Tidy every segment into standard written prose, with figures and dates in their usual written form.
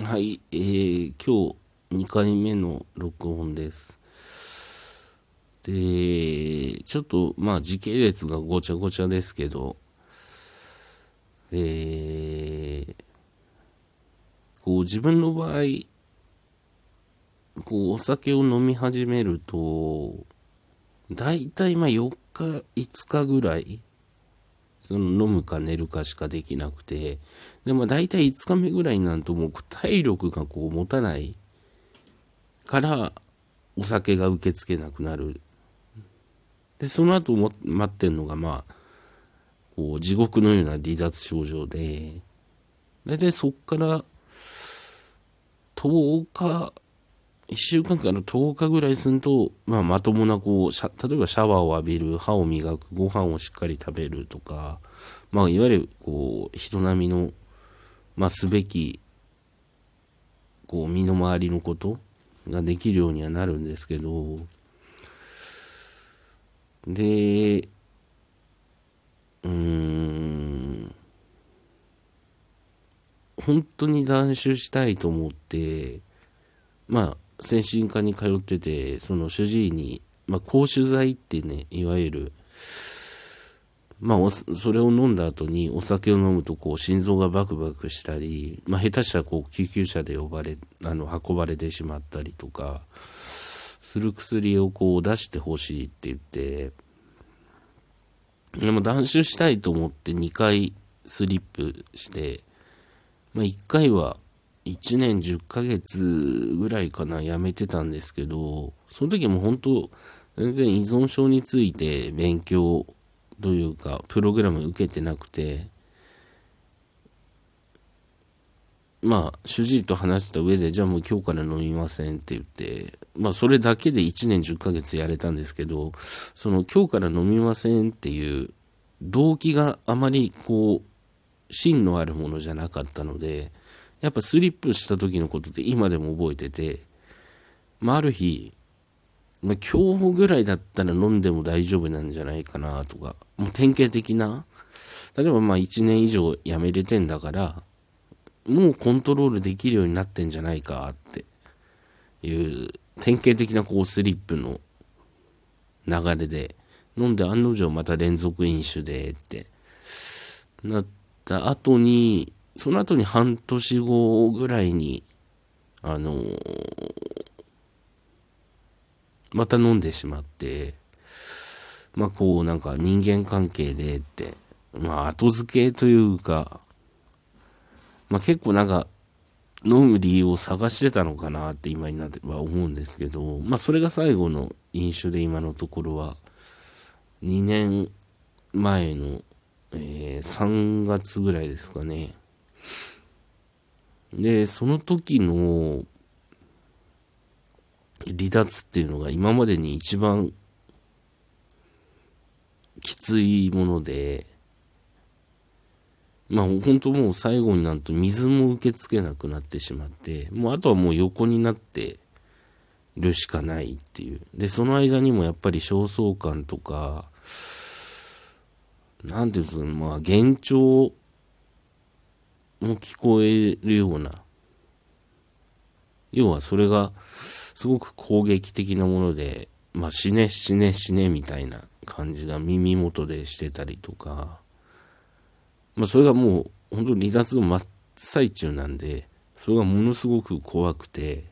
はい、今日2回目の録音です。で、ちょっと時系列がごちゃごちゃですけど、自分の場合、お酒を飲み始めると、だいたい4日、5日ぐらい、飲むか寝るかしかできなくて、で、だいたい5日目ぐらいになるともう体力が持たないから、お酒が受け付けなくなる。で、その後も待ってんのが、地獄のような離脱症状で、だいたいそっから10日、1週間から10日ぐらいすると、まともな例えばシャワーを浴びる、歯を磨く、ご飯をしっかり食べるとか、いわゆる、人並みの、すべき、身の回りのことができるようにはなるんですけど、で、本当に断酒したいと思って、精神科に通ってて、その主治医に、抗酒剤ってね、いわゆる、それを飲んだ後にお酒を飲むと心臓がバクバクしたり、下手したら救急車で運ばれてしまったりとか、する薬を出してほしいって言って、でも断酒したいと思って2回スリップして、1回は1年10ヶ月ぐらいかな、やめてたんですけど、その時も本当、全然依存症について勉強というか、プログラム受けてなくて、主治医と話した上で、じゃあもう今日から飲みませんって言って、それだけで1年10ヶ月やれたんですけど、その今日から飲みませんっていう動機があまり芯のあるものじゃなかったので、やっぱスリップした時のことって今でも覚えてて、ある日、今日ぐらいだったら飲んでも大丈夫なんじゃないかなとか、もう典型的な、例えば1年以上やめれてんだから、もうコントロールできるようになってんじゃないかっていう典型的なスリップの流れで、飲んで案の定また連続飲酒でってなった後に、その後に半年後ぐらいに、また飲んでしまって、なんか人間関係でって、後付けというか、結構なんか、飲む理由を探してたのかなって今になっては思うんですけど、それが最後の飲酒で今のところは、2年前の、3月ぐらいですかね。で、その時の離脱っていうのが今までに一番きついもので、本当もう最後になると水も受け付けなくなってしまって、もうあとはもう横になってるしかないっていう。で、その間にもやっぱり焦燥感とか、なんていうんですか、幻聴も聞こえるような、要はそれがすごく攻撃的なもので、死ね死ね死ねみたいな感じが耳元でしてたりとか、それがもう本当に離脱の真っ最中なんで、それがものすごく怖くて、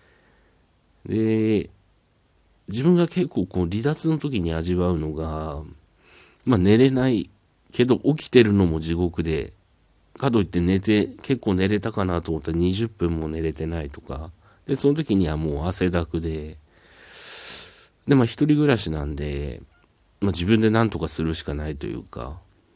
で、自分が結構離脱の時に味わうのが、寝れないけど起きてるのも地獄で、かといって結構寝れたかなと思ったら20分も寝れてないとか、で、その時にはもう汗だくで、で、一人暮らしなんで、自分で何とかするしかないというか、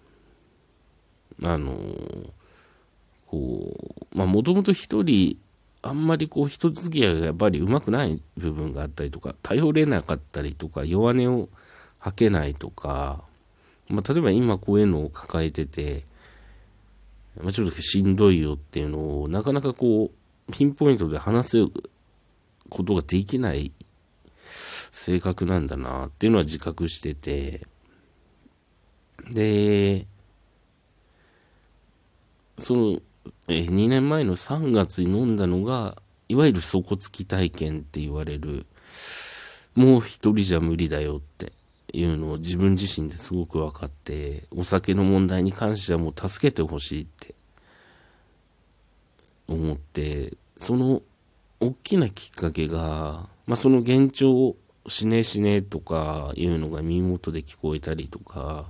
もともと一人、あんまり人付き合いがやっぱり上手くない部分があったりとか、頼れなかったりとか、弱音を吐けないとか、例えば今こういうのを抱えてて、ちょっとしんどいよっていうのを、なかなかピンポイントで話せることができない性格なんだなっていうのは自覚してて、で、 2年前の3月に飲んだのが、いわゆる底付き体験って言われる、もう一人じゃ無理だよっていうのを自分自身ですごく分かって、お酒の問題に関してはもう助けてほしいって思って、その大きなきっかけが、その幻聴しねえしねえとかいうのが耳元で聞こえたりとか、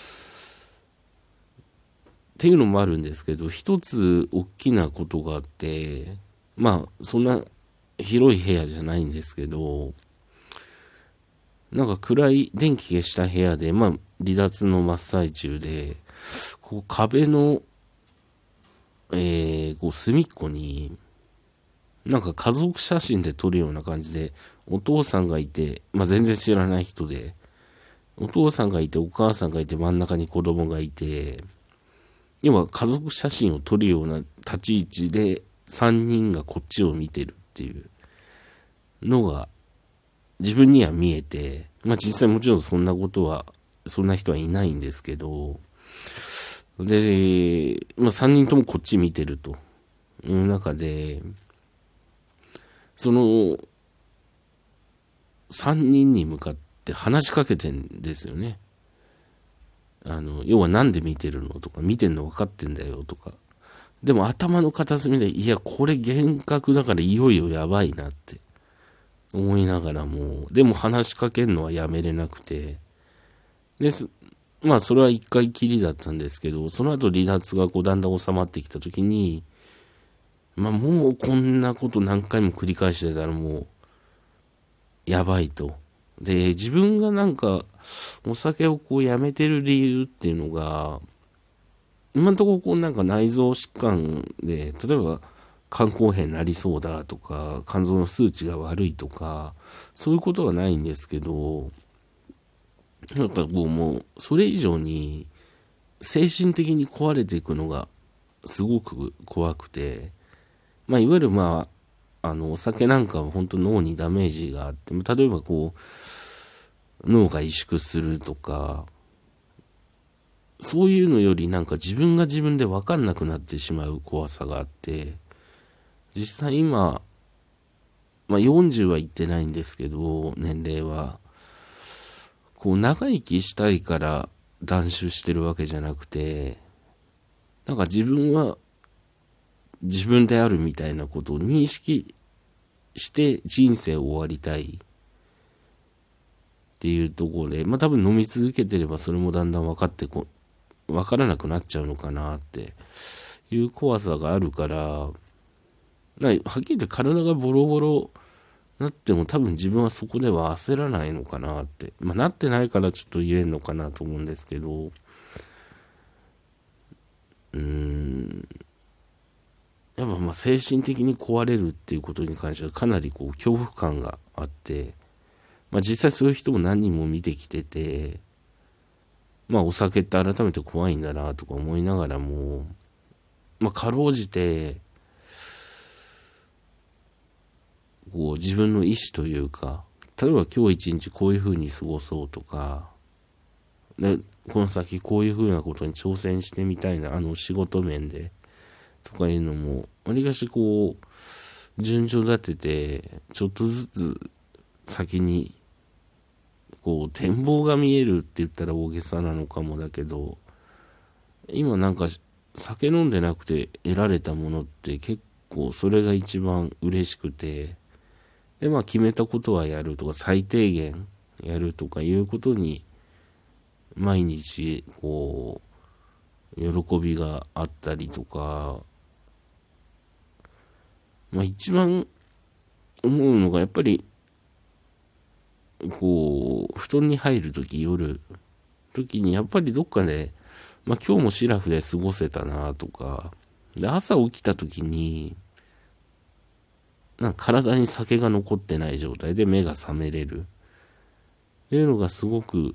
っていうのもあるんですけど、一つ大きなことがあって、そんな広い部屋じゃないんですけど、なんか暗い電気消した部屋で、離脱の真っ最中で、こう壁の、こう隅っこに、なんか家族写真で撮るような感じで、お父さんがいて、全然知らない人で、お父さんがいて、お母さんがいて、真ん中に子供がいて、要は家族写真を撮るような立ち位置で、3人がこっちを見てるっていうのが、自分には見えて、実際もちろんそんな人はいないんですけど、で、3人ともこっち見てるという中で、その3人に向かって話しかけてんですよね。要はなんで見てるのとか、見てんの分かってんだよとか。でも頭の片隅で、いや、これ幻覚だからいよいよやばいなって思いながらも、でも話しかけるのはやめれなくて、それは一回きりだったんですけど、その後離脱がだんだん収まってきた時に、もうこんなこと何回も繰り返してたらもう、やばいと。で、自分がなんか、お酒をやめてる理由っていうのが、今のところなんか内臓疾患で、例えば肝硬変になりそうだとか、肝臓の数値が悪いとか、そういうことはないんですけど、なんかもう、それ以上に、精神的に壊れていくのが、すごく怖くて、いわゆるお酒なんかは本当脳にダメージがあって、例えば脳が萎縮するとか、そういうのよりなんか自分が自分で分かんなくなってしまう怖さがあって、実際今、40は言ってないんですけど、年齢は。長生きしたいから断酒してるわけじゃなくて、なんか自分は自分であるみたいなことを認識して人生を終わりたいっていうところで、多分飲み続けてればそれもだんだん分からなくなっちゃうのかなっていう怖さがあるから、はっきり言って体がボロボロなっても多分自分はそこでは焦らないのかなって。なってないからちょっと言えんのかなと思うんですけど、やっぱ精神的に壊れるっていうことに関してはかなり恐怖感があって、実際そういう人も何人も見てきてて、お酒って改めて怖いんだなとか思いながらも、かろうじて、自分の意思というか、例えば今日一日こういう風に過ごそうとか、で、この先こういう風なことに挑戦してみたいな、仕事面で、とかいうのも、わりかし順序立てて、ちょっとずつ先に、展望が見えるって言ったら大げさなのかもだけど、今なんか酒飲んでなくて得られたものって結構それが一番嬉しくて、で決めたことはやるとか最低限やるとかいうことに毎日喜びがあったりとか、一番思うのがやっぱり布団に入るとき時にやっぱりどっかで今日もシラフで過ごせたなとか、で朝起きたときになんか体に酒が残ってない状態で目が覚めれるっていうのがすごく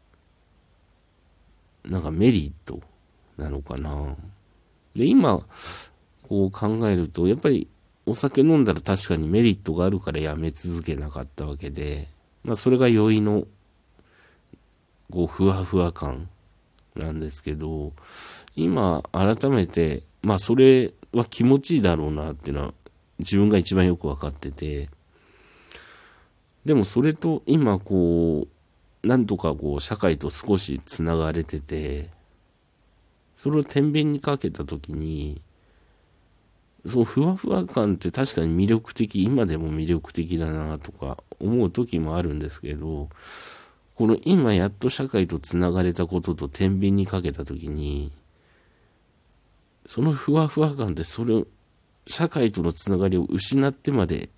なんかメリットなのかな。で今考えるとやっぱりお酒飲んだら確かにメリットがあるからやめ続けなかったわけで、それが酔いのふわふわ感なんですけど、今改めてまあそれは気持ちいいだろうなっていうのは自分が一番よくわかってて、でもそれと今こう、なんとかこう社会と少しつながれてて、それを天秤にかけたときに、そのふわふわ感って確かに魅力的、今でも魅力的だなとか思う時もあるんですけど、この今やっと社会とつながれたことと天秤にかけたときに、そのふわふわ感ってそれを、社会とのつながりを失ってまで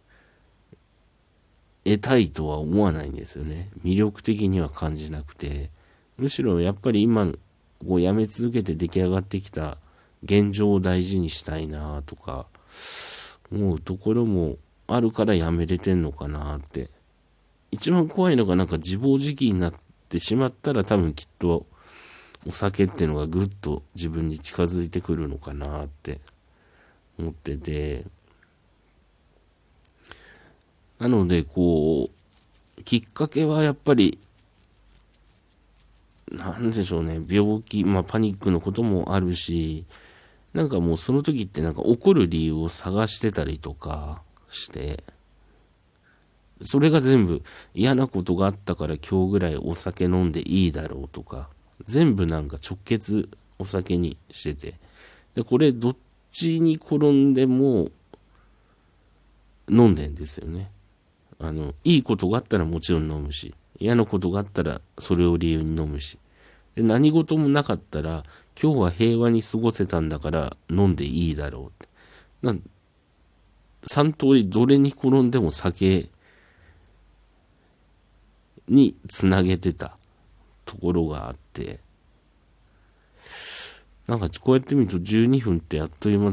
得たいとは思わないんですよね。魅力的には感じなくて、むしろやっぱり今こうやめ続けて出来上がってきた現状を大事にしたいなとか思うところもあるからやめれてんのかなって。一番怖いのがなんか自暴自棄になってしまったら多分きっとお酒っていうのがぐっと自分に近づいてくるのかなって思ってて、なのでこうきっかけはやっぱりなんでしょうね、病気、まあパニックのこともあるし、なんかもうその時ってなんか怒る理由を探してたりとかして、それが全部嫌なことがあったから今日ぐらいお酒飲んでいいだろうとか、全部なんか直結お酒にしてて、で、これどっちに転んでも飲んでんですよね。いいことがあったらもちろん飲むし、嫌なことがあったらそれを理由に飲むし、で何事もなかったら今日は平和に過ごせたんだから飲んでいいだろうって。3通りどれに転んでも酒につなげてたところがあって、なんかこうやって見ると12分ってあっという間